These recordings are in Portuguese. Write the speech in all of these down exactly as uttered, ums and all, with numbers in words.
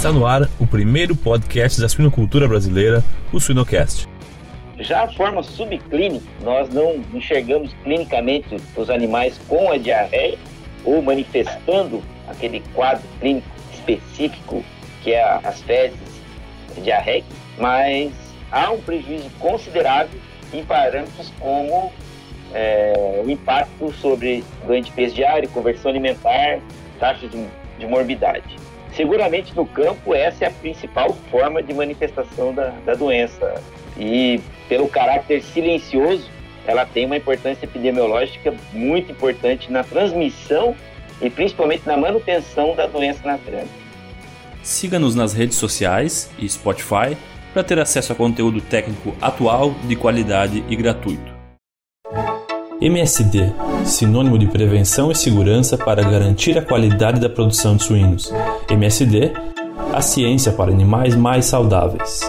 Está no ar o primeiro podcast da suinocultura brasileira, o Suinocast. Já a forma subclínica, nós não enxergamos clinicamente os animais com a diarreia ou manifestando aquele quadro clínico específico que é as fezes diarreicas, mas há um prejuízo considerável em parâmetros como é, o impacto sobre ganho de peso diário, conversão alimentar, taxa de, de morbidade. Seguramente no campo essa é a principal forma de manifestação da, da doença e pelo caráter silencioso ela tem uma importância epidemiológica muito importante na transmissão e principalmente na manutenção da doença na trama. Siga-nos nas redes sociais e Spotify para ter acesso a conteúdo técnico atual, de qualidade e gratuito. M S D, sinônimo de prevenção e segurança para garantir a qualidade da produção de suínos. M S D, a ciência para animais mais saudáveis.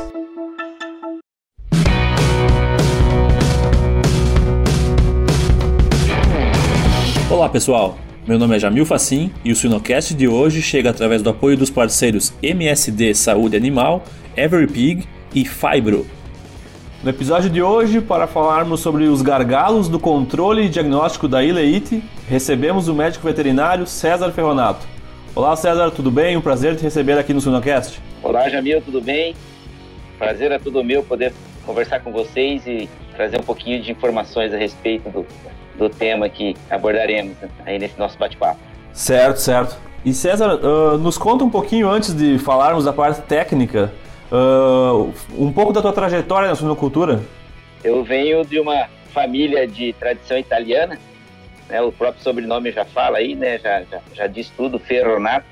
Olá pessoal, meu nome é Jamil Facim e o Suinocast de hoje chega através do apoio dos parceiros M S D Saúde Animal, EveryPig e Phibro. No episódio de hoje, para falarmos sobre os gargalos do controle e diagnóstico da ileite, recebemos o médico veterinário César Ferronato. Olá César, tudo bem? Um prazer te receber aqui no Suinocast. Olá Jamil, tudo bem? Prazer é tudo meu poder conversar com vocês e trazer um pouquinho de informações a respeito do, do tema que abordaremos aí nesse nosso bate-papo. Certo, certo. E César, uh, nos conta um pouquinho antes de falarmos da parte técnica, Uh, um pouco da tua trajetória na suinocultura. Eu venho de uma família de tradição italiana, né, o próprio sobrenome já fala aí, né, já, já, já diz tudo, Ferronato.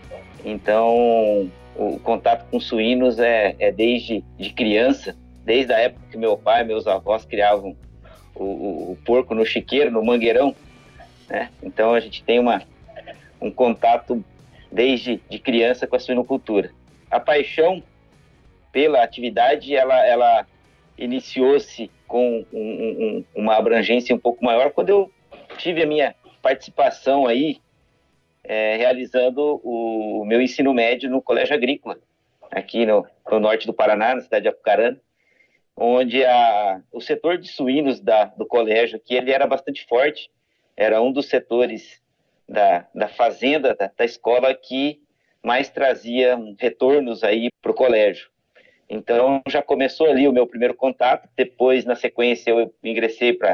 Então, o contato com suínos é, é desde de criança, desde a época que meu pai e meus avós criavam o, o, o porco no chiqueiro, no mangueirão, né? Então, a gente tem uma, um contato desde de criança com a suinocultura. A paixão pela atividade, ela, ela iniciou-se com um, um, uma abrangência um pouco maior quando eu tive a minha participação aí, é, realizando o meu ensino médio no Colégio Agrícola, aqui no, no norte do Paraná, na cidade de Apucarana, onde a, o setor de suínos da, do colégio aqui, ele era bastante forte, era um dos setores da, da fazenda, da, da escola que mais trazia retornos aí para o colégio. Então, já começou ali o meu primeiro contato. Depois, na sequência, eu ingressei para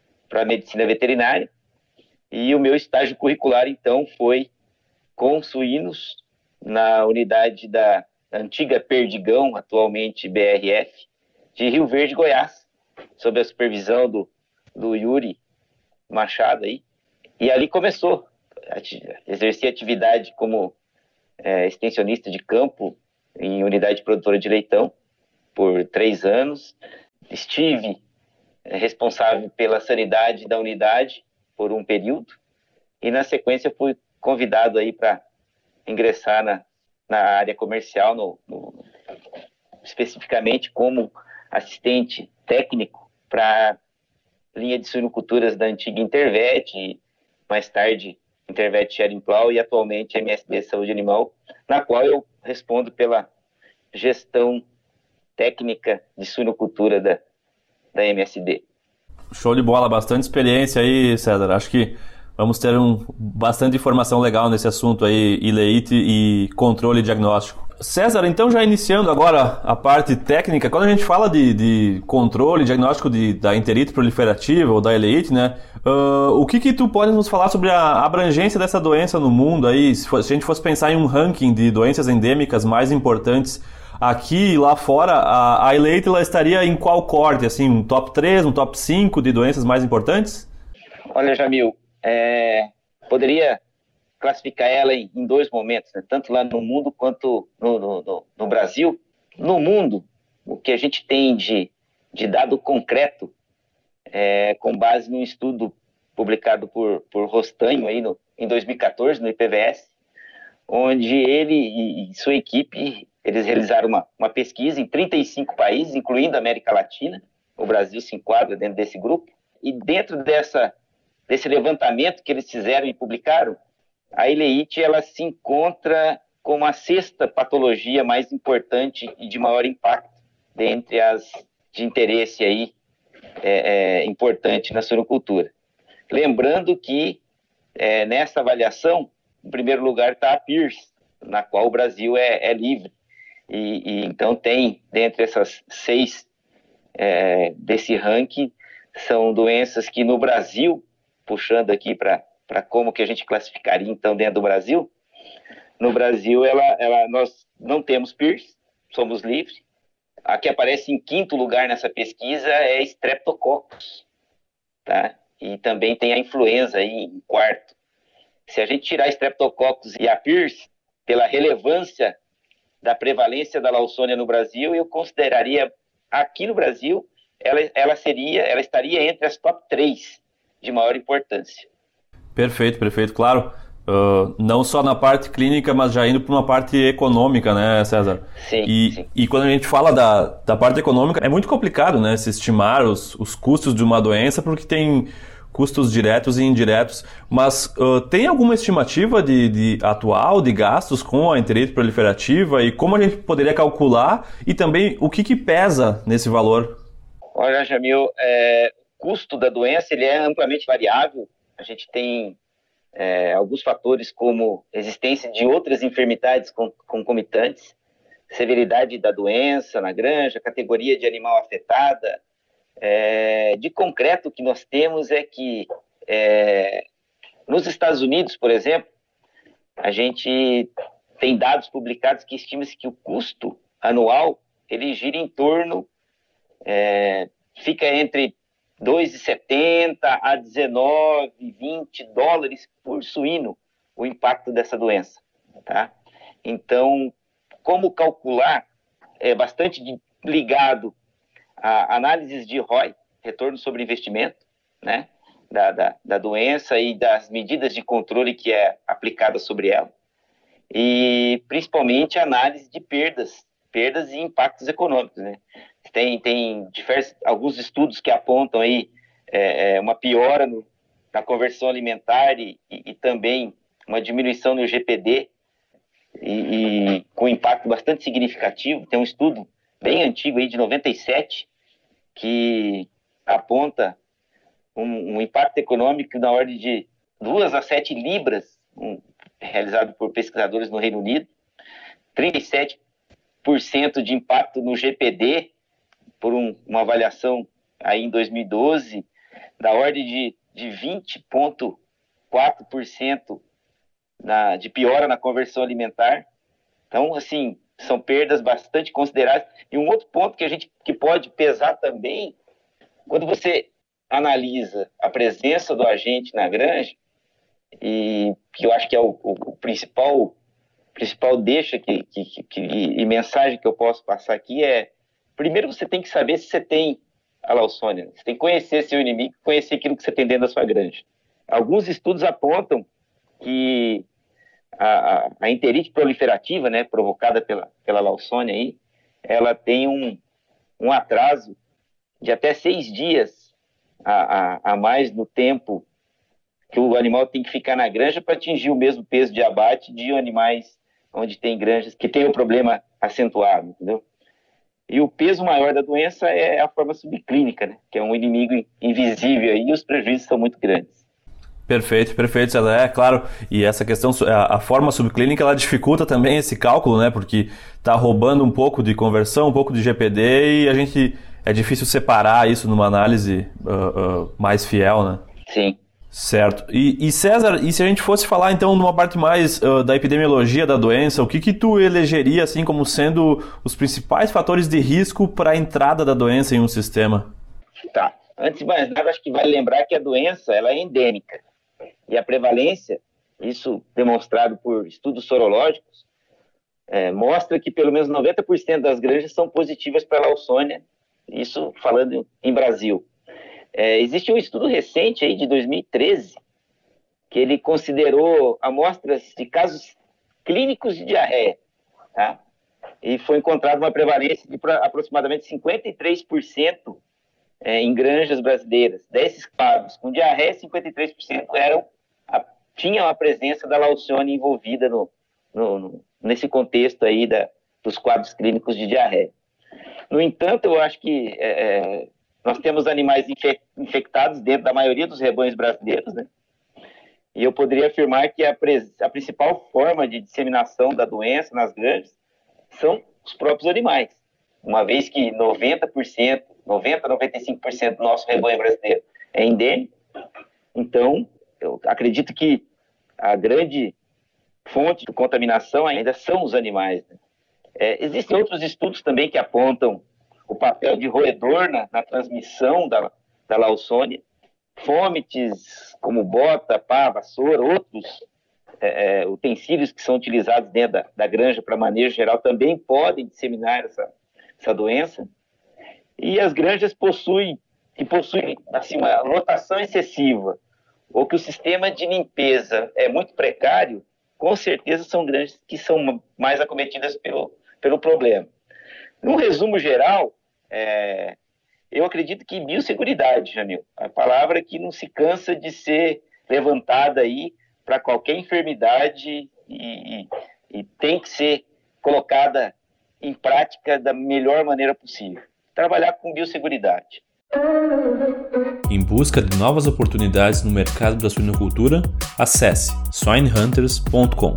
a medicina veterinária. E o meu estágio curricular, então, foi com suínos na unidade da antiga Perdigão, atualmente B R F, de Rio Verde, Goiás, sob a supervisão do, do Yuri Machado. Aí. E ali começou. Exerci atividade como é, extensionista de campo, em unidade produtora de leitão, por três anos. Estive responsável pela sanidade da unidade por um período e, na sequência, fui convidado aí para ingressar na, na área comercial, no, no, especificamente como assistente técnico para linha de suinoculturas da antiga Intervet, e mais tarde Intervet Sharing Plow e atualmente M S D Saúde Animal, na qual eu respondo pela gestão técnica de suinocultura da, da M S D. Show de bola, bastante experiência aí, César. Acho que vamos ter um, bastante informação legal nesse assunto aí, ileite e controle diagnóstico. César, então já iniciando agora a parte técnica, quando a gente fala de, de controle, diagnóstico de, da enterite proliferativa ou da ileite, né, uh, o que que tu pode nos falar sobre a abrangência dessa doença no mundo aí, se, for, se a gente fosse pensar em um ranking de doenças endêmicas mais importantes aqui e lá fora, a, a ileite ela estaria em qual corte, assim, um top três, um top cinco de doenças mais importantes? Olha, Jamil, é, poderia classificar ela em, em dois momentos, né? Tanto lá no mundo quanto no, no, no, no Brasil. No mundo, o que a gente tem de, de dado concreto, é, com base num estudo publicado por, por Rostanho aí no, em dois mil e quatorze, no I P V S, onde ele e, e sua equipe eles realizaram uma, uma pesquisa em trinta e cinco países, incluindo a América Latina. O Brasil se enquadra dentro desse grupo. E dentro dessa, desse levantamento que eles fizeram e publicaram, a ileite ela se encontra como a sexta patologia mais importante e de maior impacto dentre as de interesse aí, é, é, importante na suinocultura. Lembrando que é, nessa avaliação, em primeiro lugar está a PIRS, na qual o Brasil é, é livre. E, e então tem, dentre essas seis é, desse ranking, são doenças que no Brasil, puxando aqui para como que a gente classificaria então dentro do Brasil, no Brasil ela, ela, nós não temos PIRS, somos livres. A que aparece em quinto lugar nessa pesquisa é Streptococcus, tá? E também tem a influenza aí em quarto. Se a gente tirar Streptococcus e a PIRS, pela relevância da prevalência da Lawsonia no Brasil, eu consideraria aqui no Brasil, ela, ela seria, ela estaria entre as top três de maior importância. Perfeito, perfeito, claro. Uh, não só na parte clínica, mas já indo para uma parte econômica, né, César? Sim, e, sim. E quando a gente fala da, da parte econômica, é muito complicado, né, se estimar os, os custos de uma doença, porque tem custos diretos e indiretos. Mas uh, tem alguma estimativa de, de atual de gastos com a enterite proliferativa e como a gente poderia calcular e também o que, que pesa nesse valor? Olha, Jamil, é, o custo da doença ele é amplamente variável. A gente tem É, alguns fatores como existência de outras enfermidades concomitantes, severidade da doença na granja, categoria de animal afetada. É, de concreto, o que nós temos é que é, nos Estados Unidos, por exemplo, a gente tem dados publicados que estima-se que o custo anual ele gira em torno, é, fica entre dois reais e setenta centavos a dezenove, vinte dólares por suíno o impacto dessa doença, tá? Então, como calcular é bastante ligado a análises de R O I, retorno sobre investimento, né? Da, da, da doença e das medidas de controle que é aplicada sobre ela. E, principalmente, análise de perdas, perdas e impactos econômicos, né? Tem, tem diversos, alguns estudos que apontam aí é, uma piora no, na conversão alimentar e, e, e também uma diminuição no G P D e, e com impacto bastante significativo. Tem um estudo bem antigo aí de noventa e sete que aponta um, um impacto econômico na ordem de duas a sete libras, um, realizado por pesquisadores no Reino Unido, trinta e sete por cento de impacto no G P D, por um, uma avaliação aí em dois mil e doze, da ordem de, de vinte vírgula quatro por cento na, de piora na conversão alimentar. Então, assim, são perdas bastante consideráveis. E um outro ponto que a gente que pode pesar também, quando você analisa a presença do agente na granja, e que eu acho que é o, o, o principal, principal deixa que, que, que, e mensagem que eu posso passar aqui é: primeiro você tem que saber se você tem a Lawsonia. Você tem que conhecer seu inimigo, conhecer aquilo que você tem dentro da sua granja. Alguns estudos apontam que a, a, a enterite proliferativa, né, provocada pela, pela Lawsonia, aí, ela tem um, um atraso de até seis dias a, a, a mais no tempo que o animal tem que ficar na granja para atingir o mesmo peso de abate de animais onde tem granjas que tem o problema acentuado, entendeu? E o peso maior da doença é a forma subclínica, né? Que é um inimigo invisível aí, e os prejuízos são muito grandes. Perfeito, perfeito, César. É claro, e essa questão, a, a forma subclínica, ela dificulta também esse cálculo, né? Porque está roubando um pouco de conversão, um pouco de G P D, e a gente é difícil separar isso numa análise uh, uh, mais fiel, né? Sim. Certo. E, e César, e se a gente fosse falar então numa parte mais uh, da epidemiologia da doença, o que que tu elegeria assim como sendo os principais fatores de risco para a entrada da doença em um sistema? Tá. Antes de mais nada, acho que vale lembrar que a doença ela é endêmica. E a prevalência, isso demonstrado por estudos sorológicos, é, mostra que pelo menos noventa por cento das granjas são positivas para a Lawsonia, isso falando em Brasil. É, existe um estudo recente aí de dois mil e treze que ele considerou amostras de casos clínicos de diarreia, tá? E foi encontrada uma prevalência de aproximadamente cinquenta e três por cento é, em granjas brasileiras. Desses casos com diarreia, cinquenta e três por cento eram a, tinham a presença da Lawsonia envolvida no, no, no, nesse contexto aí da, dos quadros clínicos de diarreia. No entanto, eu acho que é, nós temos animais infectados dentro da maioria dos rebanhos brasileiros, né? E eu poderia afirmar que a, a principal forma de disseminação da doença nas granjas são os próprios animais, uma vez que noventa por cento, noventa, noventa e cinco por cento do nosso rebanho brasileiro é endêmico. Então, eu acredito que a grande fonte de contaminação ainda são os animais, né? É, existem outros estudos também que apontam o papel de roedor na, na transmissão da, da Lawsonia. Fomites como bota, pá, vassoura, outros é, utensílios que são utilizados dentro da, da granja para manejo geral também podem disseminar essa, essa doença. E as granjas possuem, que possuem assim, uma lotação excessiva, ou que o sistema de limpeza é muito precário, com certeza são granjas que são mais acometidas pelo, pelo problema. Num resumo geral, é, eu acredito que biosseguridade, Jamil, a palavra que não se cansa de ser levantada aí para qualquer enfermidade e, e, e tem que ser colocada em prática da melhor maneira possível. Trabalhar com biosseguridade. Em busca de novas oportunidades no mercado da suinocultura, acesse swine hunters ponto com.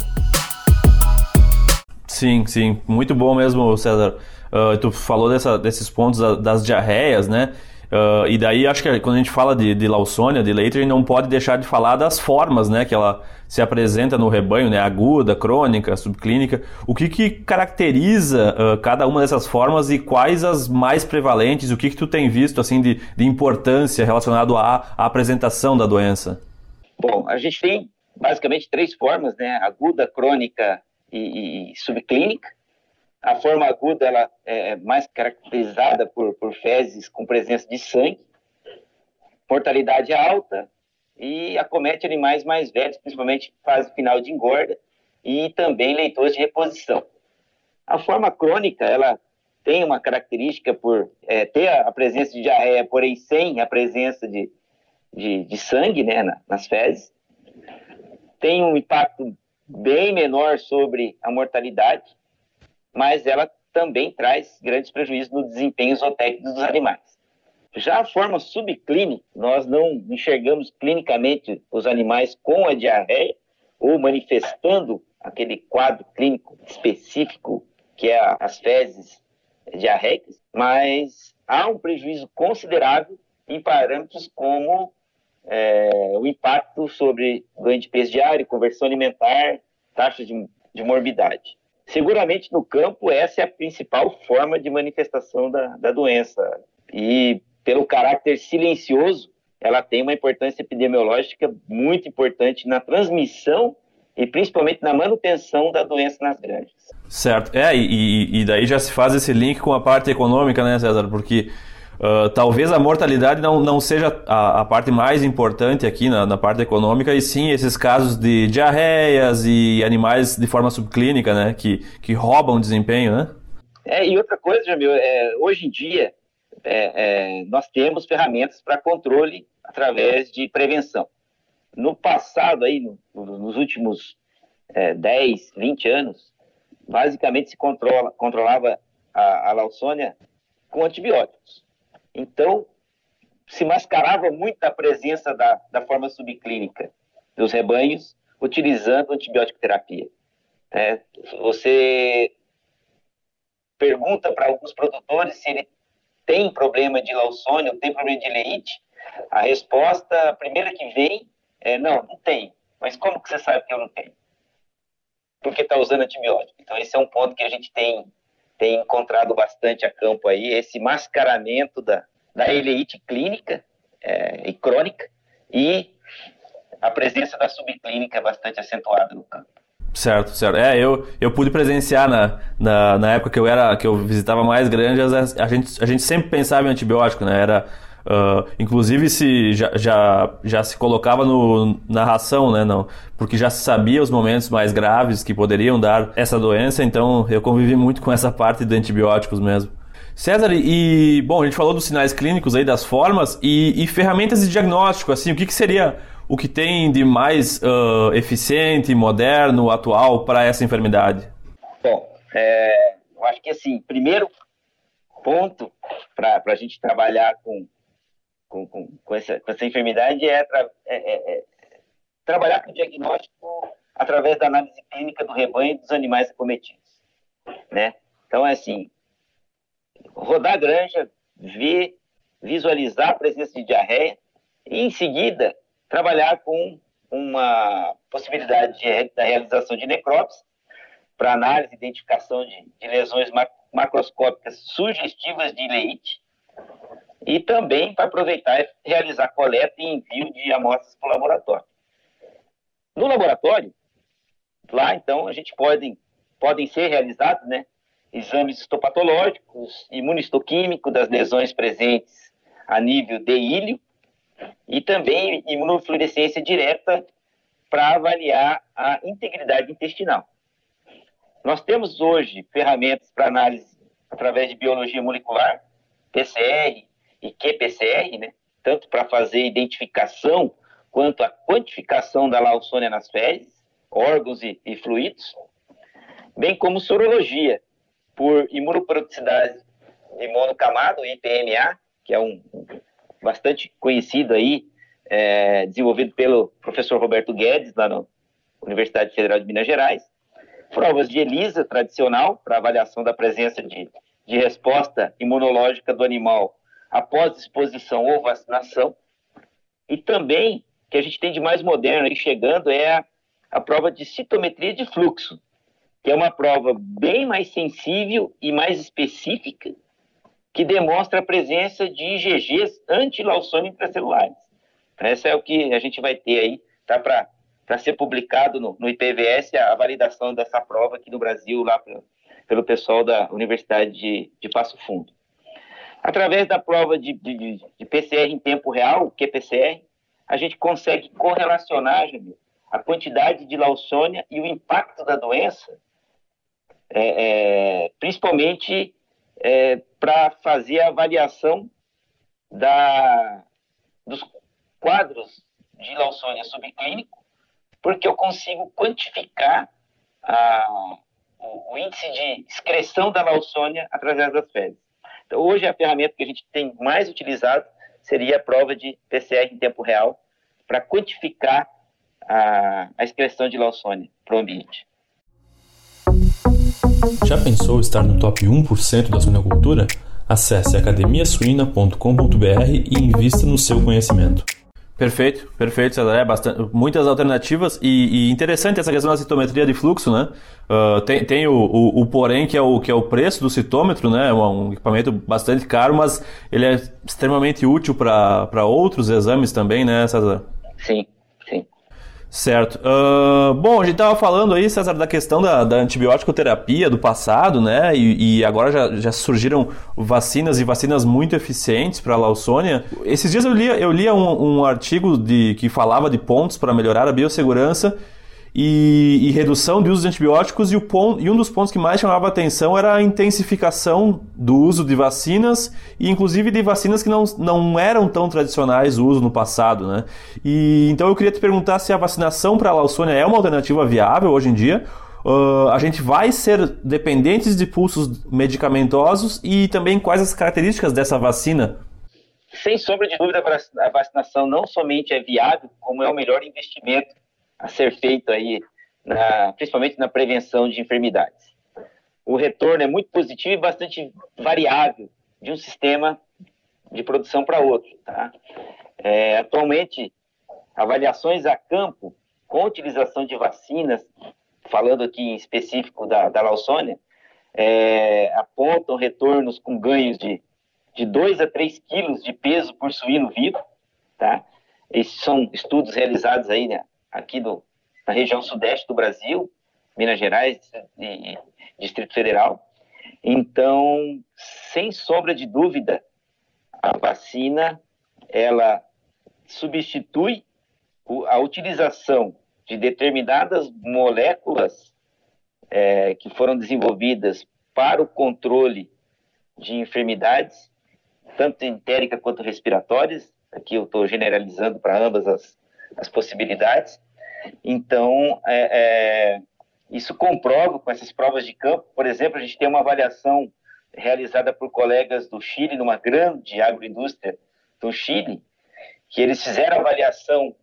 Sim, sim, muito bom mesmo, César. Uh, tu falou dessa, desses pontos da, das diarreias, né? Uh, e daí acho que quando a gente fala de, de Lawsonia, de leite, a gente não pode deixar de falar das formas, né, que ela se apresenta no rebanho, né, aguda, crônica, subclínica. O que, que caracteriza uh, cada uma dessas formas e quais as mais prevalentes? O que, que tu tem visto assim de, de importância relacionado à, à apresentação da doença? Bom, a gente tem basicamente três formas, né, aguda, crônica e, e subclínica. A forma aguda ela é mais caracterizada por, por fezes com presença de sangue, mortalidade alta e acomete animais mais velhos, principalmente fase final de engorda e também leitores de reposição. A forma crônica ela tem uma característica por é, ter a presença de diarreia, porém sem a presença de, de, de sangue, né, nas fezes. Tem um impacto bem menor sobre a mortalidade, mas ela também traz grandes prejuízos no desempenho zootécnico dos animais. Já a forma subclínica, nós não enxergamos clinicamente os animais com a diarreia ou manifestando aquele quadro clínico específico que é as fezes diarreicas, mas há um prejuízo considerável em parâmetros como é, o impacto sobre ganho de peso diário, conversão alimentar, taxa de, de morbidade. Seguramente no campo essa é a principal forma de manifestação da, da doença e pelo caráter silencioso ela tem uma importância epidemiológica muito importante na transmissão e principalmente na manutenção da doença nas granjas. Certo, é, e, e daí já se faz esse link com a parte econômica, né, César, porque Uh, talvez a mortalidade não, não seja a, a parte mais importante aqui na, na parte econômica, e sim esses casos de diarreias e animais de forma subclínica, né, que, que roubam desempenho, né? É, e outra coisa, Jamil, é, hoje em dia é, é, nós temos ferramentas para controle através de prevenção. No passado, aí, no, nos últimos é, dez, vinte anos, basicamente se controla, controlava a, a Lawsonia com antibióticos. Então, se mascarava muito a presença da, da forma subclínica dos rebanhos utilizando antibiótico terapia. É, você pergunta para alguns produtores se ele tem problema de Lawsonia ou tem problema de leite, a resposta, a primeira que vem é não, não tem. Mas como que você sabe que eu não tenho? Porque está usando antibiótico. Então, esse é um ponto que a gente tem tem encontrado bastante a campo aí, esse mascaramento da, da ileite clínica é, e crônica e a presença da subclínica bastante acentuada no campo. Certo, certo. É, eu, eu pude presenciar na, na, na época que eu, era, que eu visitava mais granjas, a gente, a gente sempre pensava em antibiótico, né? Era, uh, inclusive se já, já, já se colocava no, na ração, né? Não, porque já se sabia os momentos mais graves que poderiam dar essa doença, então eu convivi muito com essa parte de antibióticos mesmo. César, e bom, a gente falou dos sinais clínicos aí, das formas e, e ferramentas de diagnóstico, assim, o que, que seria o que tem de mais uh, eficiente, moderno, atual para essa enfermidade? Bom, é, eu acho que assim, primeiro ponto para a gente trabalhar com, com, com, com, essa, com essa enfermidade é, tra, é, é, é trabalhar com o diagnóstico através da análise clínica do rebanho dos animais acometidos, né? Então, é assim, rodar a granja, ver, visualizar a presença de diarreia e, em seguida, trabalhar com uma possibilidade de, da realização de necrópsia para análise e identificação de, de lesões macroscópicas sugestivas de ileite e também para aproveitar e realizar coleta e envio de amostras para o laboratório. No laboratório, lá, então, a gente pode, podem ser realizados, né, exames histopatológicos, imunistoquímico das lesões presentes a nível de ilho e também imunofluorescência direta para avaliar a integridade intestinal. Nós temos hoje ferramentas para análise através de biologia molecular, P C R e Q P C R, né, tanto para fazer identificação quanto a quantificação da Lawsonia nas fezes, órgãos e, e fluidos, bem como sorologia por imunoperoxicidade de monocamado, I P M A, que é um bastante conhecido aí, é, desenvolvido pelo professor Roberto Guedes, lá na Universidade Federal de Minas Gerais. Provas de ELISA tradicional, para avaliação da presença de, de resposta imunológica do animal após exposição ou vacinação. E também, que a gente tem de mais moderno aí chegando, é a, a prova de citometria de fluxo, que é uma prova bem mais sensível e mais específica, que demonstra a presença de I G Gs anti-Lawsonia intracelulares. Essa é o que a gente vai ter aí, tá, para para ser publicado no, no I P V S a, a validação dessa prova aqui no Brasil, lá pelo, pelo pessoal da Universidade de, de Passo Fundo. Através da prova de, de, de P C R em tempo real, Q P C R, a gente consegue correlacionar, Jamil, a quantidade de Lawsonia e o impacto da doença, é, é, principalmente é, para fazer a avaliação da, dos quadros de Lawsonia subclínico, porque eu consigo quantificar a, o, o índice de excreção da Lawsonia através das fezes. Então, hoje, a ferramenta que a gente tem mais utilizado seria a prova de P C R em tempo real para quantificar a, a excreção de Lawsonia para o ambiente. Já pensou estar no top um por cento da suinocultura? Acesse academia suina ponto com ponto b r e invista no seu conhecimento. Perfeito, perfeito, César. É bastante, muitas alternativas e, e interessante essa questão da citometria de fluxo, né? Uh, tem tem o, o, o porém, que é o, que é o preço do citômetro, né? É um equipamento bastante caro, mas ele é extremamente útil para outros exames também, né, César? Sim, sim. Certo. Uh, bom, a gente estava falando aí, César, da questão da, da antibiótico terapia do passado, né? E, e agora já, já surgiram vacinas e vacinas muito eficientes para a Lawsonia. Esses dias eu lia, eu lia um, um artigo de, que falava de pontos para melhorar a biossegurança e, e redução de uso de antibióticos, e, o ponto, e um dos pontos que mais chamava a atenção era a intensificação do uso de vacinas, e inclusive de vacinas que não, não eram tão tradicionais o uso no passado, né? E, então eu queria te perguntar se a vacinação para a Lawsonia é uma alternativa viável hoje em dia. Uh, a gente vai ser dependentes de pulsos medicamentosos, e também quais as características dessa vacina? Sem sombra de dúvida, a vacinação não somente é viável, como é o melhor investimento a ser feito aí, na, principalmente na prevenção de enfermidades. O retorno é muito positivo e bastante variável de um sistema de produção para outro, tá? É, atualmente, avaliações a campo com utilização de vacinas, falando aqui em específico da, da Lawsonia, é, apontam retornos com ganhos de, de dois a três quilos de peso por suíno vivo, tá? Esses são estudos realizados aí, né, aqui do, na região sudeste do Brasil, Minas Gerais e Distrito Federal. Então, sem sombra de dúvida, a vacina, ela substitui a utilização de determinadas moléculas é, que foram desenvolvidas para o controle de enfermidades, tanto entérica quanto respiratórias. Aqui eu estou generalizando para ambas as, as possibilidades. Então, é, é, Isso comprova com essas provas de campo. Por exemplo, a gente tem uma avaliação realizada por colegas do Chile, numa grande agroindústria do Chile, que eles fizeram a avaliação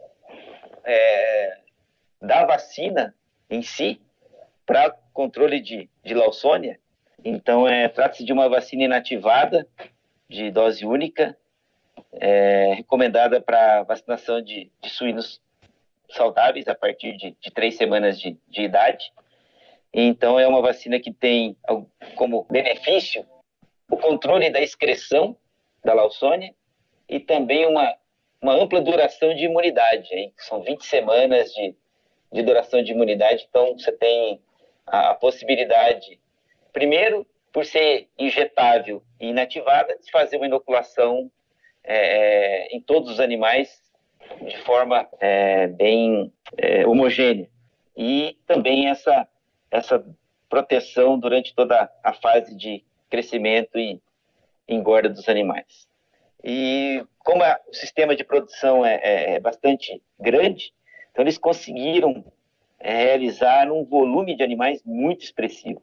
é, da vacina em si para controle de, de Lawsonia. Então, é, trata-se de uma vacina inativada, de dose única, é, recomendada para vacinação de, de suínos saudáveis a partir de, de três semanas de, de idade. Então, é uma vacina que tem como benefício o controle da excreção da Lawsonia e também uma, uma ampla duração de imunidade. Hein? São vinte semanas de, de duração de imunidade, então você tem a, a possibilidade, primeiro, por ser injetável e inativada, de fazer uma inoculação é, em todos os animais de forma é, bem é, homogênea. E também essa, essa proteção durante toda a fase de crescimento e engorda dos animais. E como a, o sistema de produção é, é, é bastante grande, então eles conseguiram é, realizar um volume de animais muito expressivo.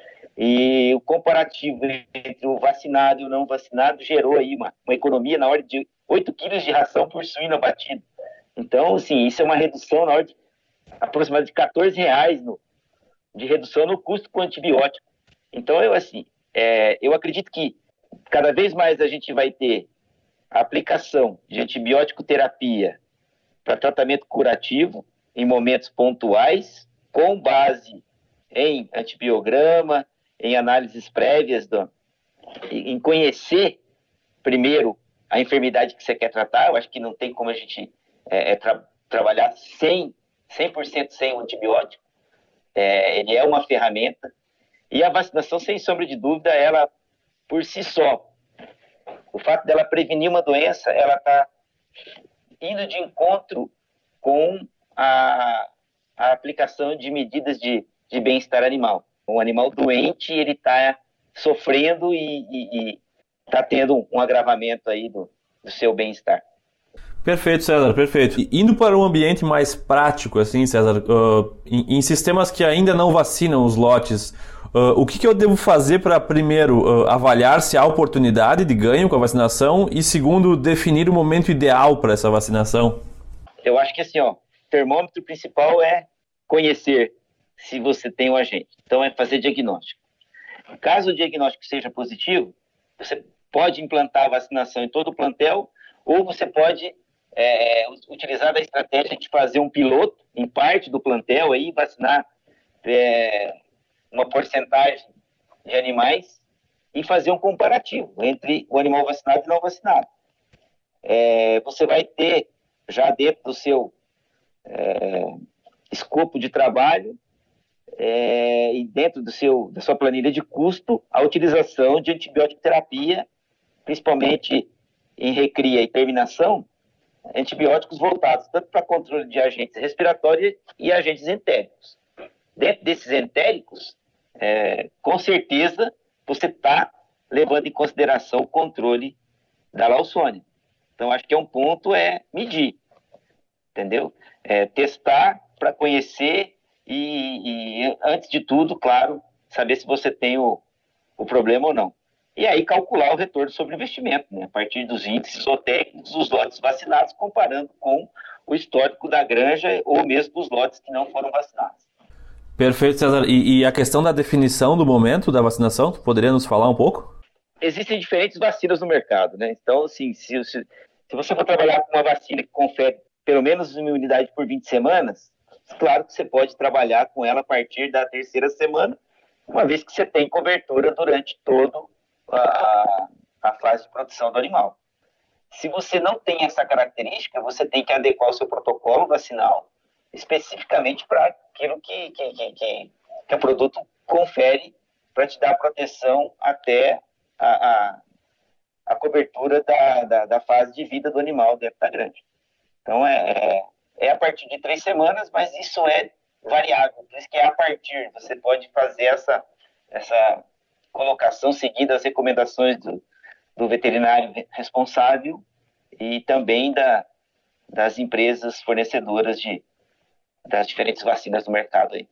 E o comparativo entre o vacinado e o não vacinado gerou aí uma, uma economia na ordem de oito quilos de ração por suíno abatido. Então, assim, isso é uma redução na ordem de aproximadamente de quatorze reais no, de redução no custo com antibiótico. Então, eu, assim, é, eu acredito que cada vez mais a gente vai ter a aplicação de antibiótico terapia para tratamento curativo em momentos pontuais, com base em antibiograma, em análises prévias, do, em conhecer primeiro a enfermidade que você quer tratar. Eu acho que não tem como a gente é, é, tra- trabalhar cem por cento sem o antibiótico. É, ele é uma ferramenta. E a vacinação, sem sombra de dúvida, ela, por si só, o fato dela prevenir uma doença, ela está indo de encontro com a, a aplicação de medidas de, de bem-estar animal. Um animal doente, ele está sofrendo e está tendo um agravamento aí do, do seu bem-estar. Perfeito, César, perfeito. E indo para um ambiente mais prático, assim, César, uh, em, em sistemas que ainda não vacinam os lotes, uh, o que, que eu devo fazer para, primeiro, uh, avaliar se há oportunidade de ganho com a vacinação e, segundo, definir o momento ideal para essa vacinação? Eu acho que, assim, ó, o termômetro principal é conhecer se você tem o agente. Então, é fazer diagnóstico. Caso o diagnóstico seja positivo, você pode implantar a vacinação em todo o plantel, ou você pode é, utilizar a estratégia de fazer um piloto em parte do plantel, aí, vacinar é, uma porcentagem de animais e fazer um comparativo entre o animal vacinado e não vacinado. É, você vai ter, já dentro do seu é, escopo de trabalho, É, e dentro do seu, da sua planilha de custo, a utilização de antibiótico terapia, principalmente em recria e terminação, antibióticos voltados tanto para controle de agentes respiratórios e agentes entéricos. Dentro desses entéricos, é, com certeza, você está levando em consideração o controle da Lawsonia. Então, acho que é um ponto é medir, entendeu? É, testar para conhecer E, e, antes de tudo, claro, saber se você tem o, o problema ou não. E aí calcular o retorno sobre o investimento, né? A partir dos índices zootécnicos dos lotes vacinados, comparando com o histórico da granja ou mesmo dos lotes que não foram vacinados. Perfeito, César. E, e a questão da definição do momento da vacinação, tu poderia nos falar um pouco? Existem diferentes vacinas no mercado, né? Então, assim, se, se, se você for trabalhar com uma vacina que confere pelo menos uma imunidade por vinte semanas, claro que você pode trabalhar com ela a partir da terceira semana, uma vez que você tem cobertura durante toda a, a fase de produção do animal. Se você não tem essa característica, você tem que adequar o seu protocolo vacinal especificamente para aquilo que, que, que, que, que o produto confere para te dar proteção até a, a, a cobertura da, da, da fase de vida do animal dentro da granja. Então, é... é É a partir de três semanas, mas isso é variável. Por isso que é a partir. Você pode fazer essa, essa colocação seguindo as recomendações do, do veterinário responsável e também da, das empresas fornecedoras de, das diferentes vacinas do mercado aí.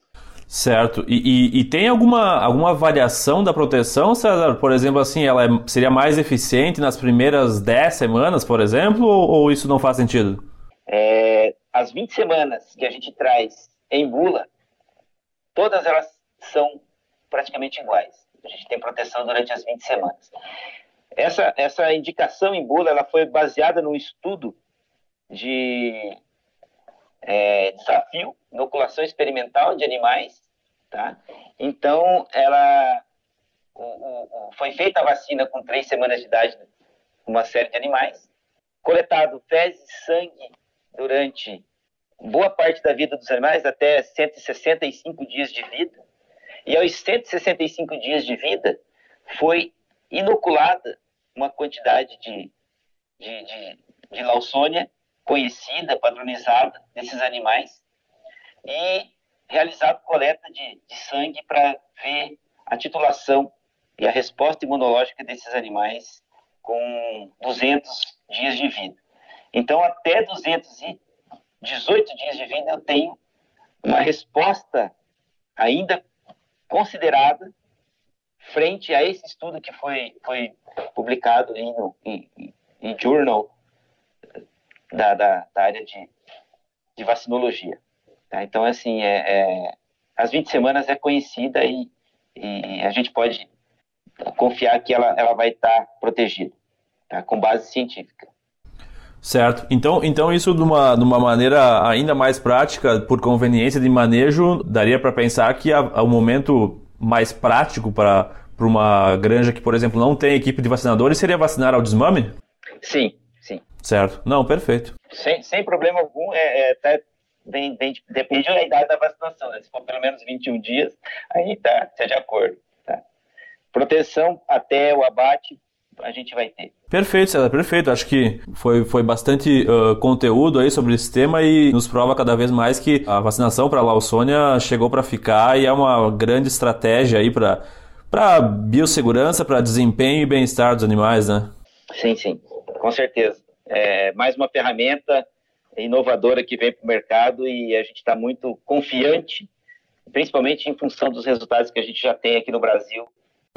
Certo. E, e, e tem alguma, alguma variação da proteção, César? Por exemplo, assim, ela é, seria mais eficiente nas primeiras dez semanas, por exemplo, ou, ou isso não faz sentido? É, as vinte semanas que a gente traz em bula, todas elas são praticamente iguais. A gente tem proteção durante as vinte semanas. Essa, essa indicação em bula ela foi baseada num estudo de é, desafio, inoculação experimental de animais, tá? Então, ela o, o, foi feita a vacina com três semanas de idade uma série de animais, coletado fezes e sangue durante boa parte da vida dos animais, até cento e sessenta e cinco dias de vida, e aos cento e sessenta e cinco dias de vida foi inoculada uma quantidade de, de, de, de Lawsonia conhecida, padronizada desses animais, e realizado coleta de, de sangue para ver a titulação e a resposta imunológica desses animais com duzentos dias de vida. Então, até duzentos e dezoito dias de vida, eu tenho uma resposta ainda considerada frente a esse estudo que foi, foi publicado em, em, em journal da, da, da área de, de vacinologia. Tá? Então, assim, é, é, as vinte semanas é conhecida e, e a gente pode confiar que ela, ela vai estar protegida, tá? Com base científica. Certo. Então, então isso de uma, de uma maneira ainda mais prática, por conveniência de manejo, daria para pensar que o momento mais prático para uma granja que, por exemplo, não tem equipe de vacinadores seria vacinar ao desmame? Sim, sim. Certo. Não, perfeito. Sem, sem problema algum, é, é, tá, bem, bem, depende da idade da vacinação, né? Se for pelo menos vinte e um dias, aí tá, tá de acordo. Tá? Proteção até o abate, a gente vai ter. Perfeito, César, perfeito. Acho que foi, foi bastante uh, conteúdo aí sobre esse tema e nos prova cada vez mais que a vacinação para a Lawsonia chegou para ficar e é uma grande estratégia aí para para biossegurança, para desempenho e bem-estar dos animais, né? Sim, sim, com certeza. É mais uma ferramenta inovadora que vem para o mercado e a gente está muito confiante, principalmente em função dos resultados que a gente já tem aqui no Brasil.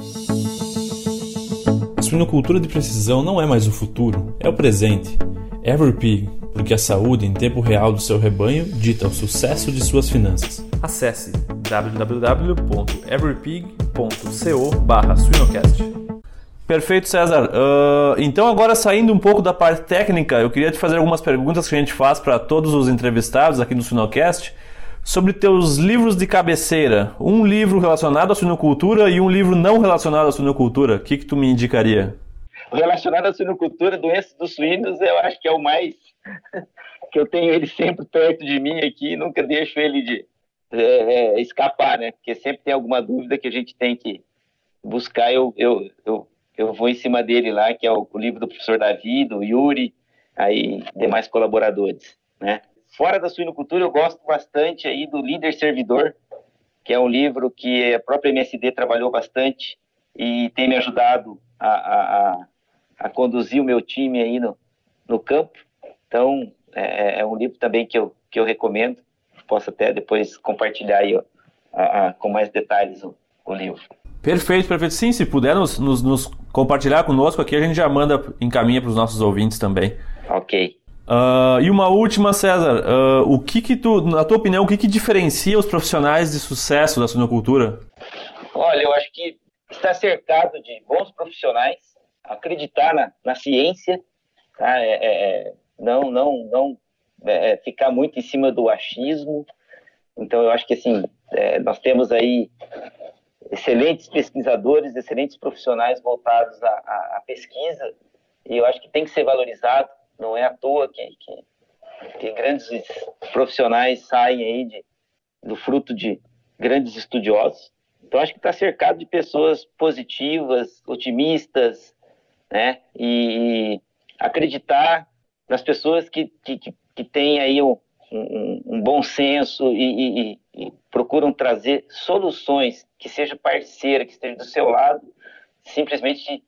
A suinocultura de precisão não é mais o futuro, é o presente. EveryPig, porque a saúde em tempo real do seu rebanho dita o sucesso de suas finanças. Acesse w w w ponto everypig ponto co barra suinocast. Perfeito, César. Uh, então, agora saindo um pouco da parte técnica, eu queria te fazer algumas perguntas que a gente faz para todos os entrevistados aqui no Suinocast sobre teus livros de cabeceira. Um livro relacionado à suinocultura e um livro não relacionado à suinocultura. O que, que tu me indicaria? Relacionado à suinocultura, doenças dos suínos, eu acho que é o mais... que eu tenho ele sempre perto de mim aqui, nunca deixo ele de é, é, escapar, né? Porque sempre tem alguma dúvida que a gente tem que buscar, eu, eu, eu, eu vou em cima dele lá, que é o, o livro do professor Davi, do Yuri, aí demais colaboradores, né? Fora da suinocultura, eu gosto bastante aí do Líder Servidor, que é um livro que a própria M S D trabalhou bastante e tem me ajudado a, a, a, a conduzir o meu time aí no, no campo. Então, é, é um livro também que eu, que eu recomendo. Posso até depois compartilhar aí, ó, a, a, com mais detalhes o, o livro. Perfeito, perfeito. Sim, se puder nos, nos, nos compartilhar conosco aqui, a gente já manda, encaminha para os nossos ouvintes também. Ok. Uh, e uma última, César, uh, o que que tu, na tua opinião, o que que diferencia os profissionais de sucesso da suinocultura? Olha, eu acho que estar cercado de bons profissionais, acreditar na, na ciência, tá? é, é, não, não, não é, ficar muito em cima do achismo. Então, eu acho que assim, é, nós temos aí excelentes pesquisadores, excelentes profissionais voltados à, à, à pesquisa, e eu acho que tem que ser valorizado. Não é à toa que, que, que grandes profissionais saem aí de, do fruto de grandes estudiosos. Então, acho que está cercado de pessoas positivas, otimistas, né? E, e acreditar nas pessoas que, que, que têm aí um, um, um bom senso e, e, e procuram trazer soluções, que seja parceira, que esteja do seu lado, simplesmente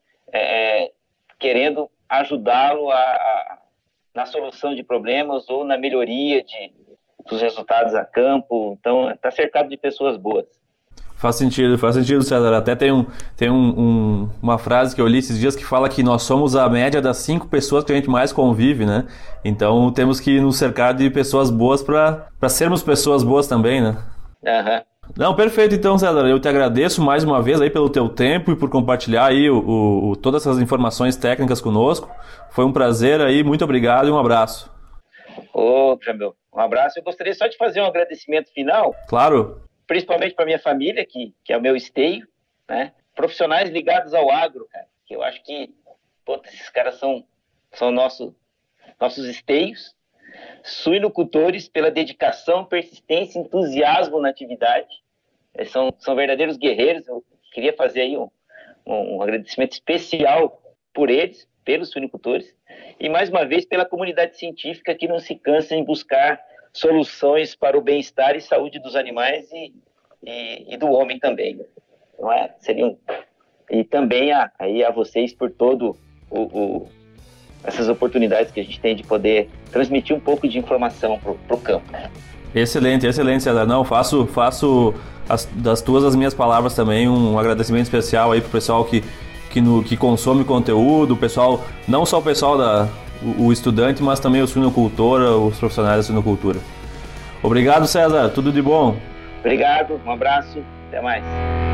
é, querendo ajudá-lo a, a, na solução de problemas ou na melhoria de, dos resultados a campo. Então, está cercado de pessoas boas. Faz sentido, faz sentido, César. Até tem, um, tem um, um, uma frase que eu li esses dias que fala que nós somos a média das cinco pessoas que a gente mais convive, né? Então temos que nos cercar de pessoas boas para sermos pessoas boas também, né? Aham. Uhum. Não, perfeito então, César. Eu te agradeço mais uma vez aí pelo teu tempo e por compartilhar aí o, o, todas essas informações técnicas conosco. Foi um prazer aí, muito obrigado e um abraço. Ô, Jamil, um abraço. Eu gostaria só de fazer um agradecimento final. Claro. Principalmente para minha família, que, que é o meu esteio, né? Profissionais ligados ao agro, cara, que eu acho que, pô, esses caras são, são nosso, nossos esteios. Suinocultores pela dedicação, persistência, entusiasmo na atividade. Eles são, são verdadeiros guerreiros. Eu queria fazer aí um, um, um agradecimento especial por eles, pelos suinocultores, e mais uma vez pela comunidade científica que não se cansa em buscar soluções para o bem-estar e saúde dos animais e, e, e do homem também. Não é? Seria um... E também a, aí a vocês por todo o, o, essas oportunidades que a gente tem de poder transmitir um pouco de informação para o campo. Excelente, excelente, César. Não, faço, faço as, das tuas as minhas palavras também um agradecimento especial aí para o pessoal que, que, no, que consome conteúdo, o pessoal, não só o pessoal da O, o estudante, mas também o suinocultor, os profissionais da suinocultura. Obrigado, César. Tudo de bom. Obrigado. Um abraço. Até mais.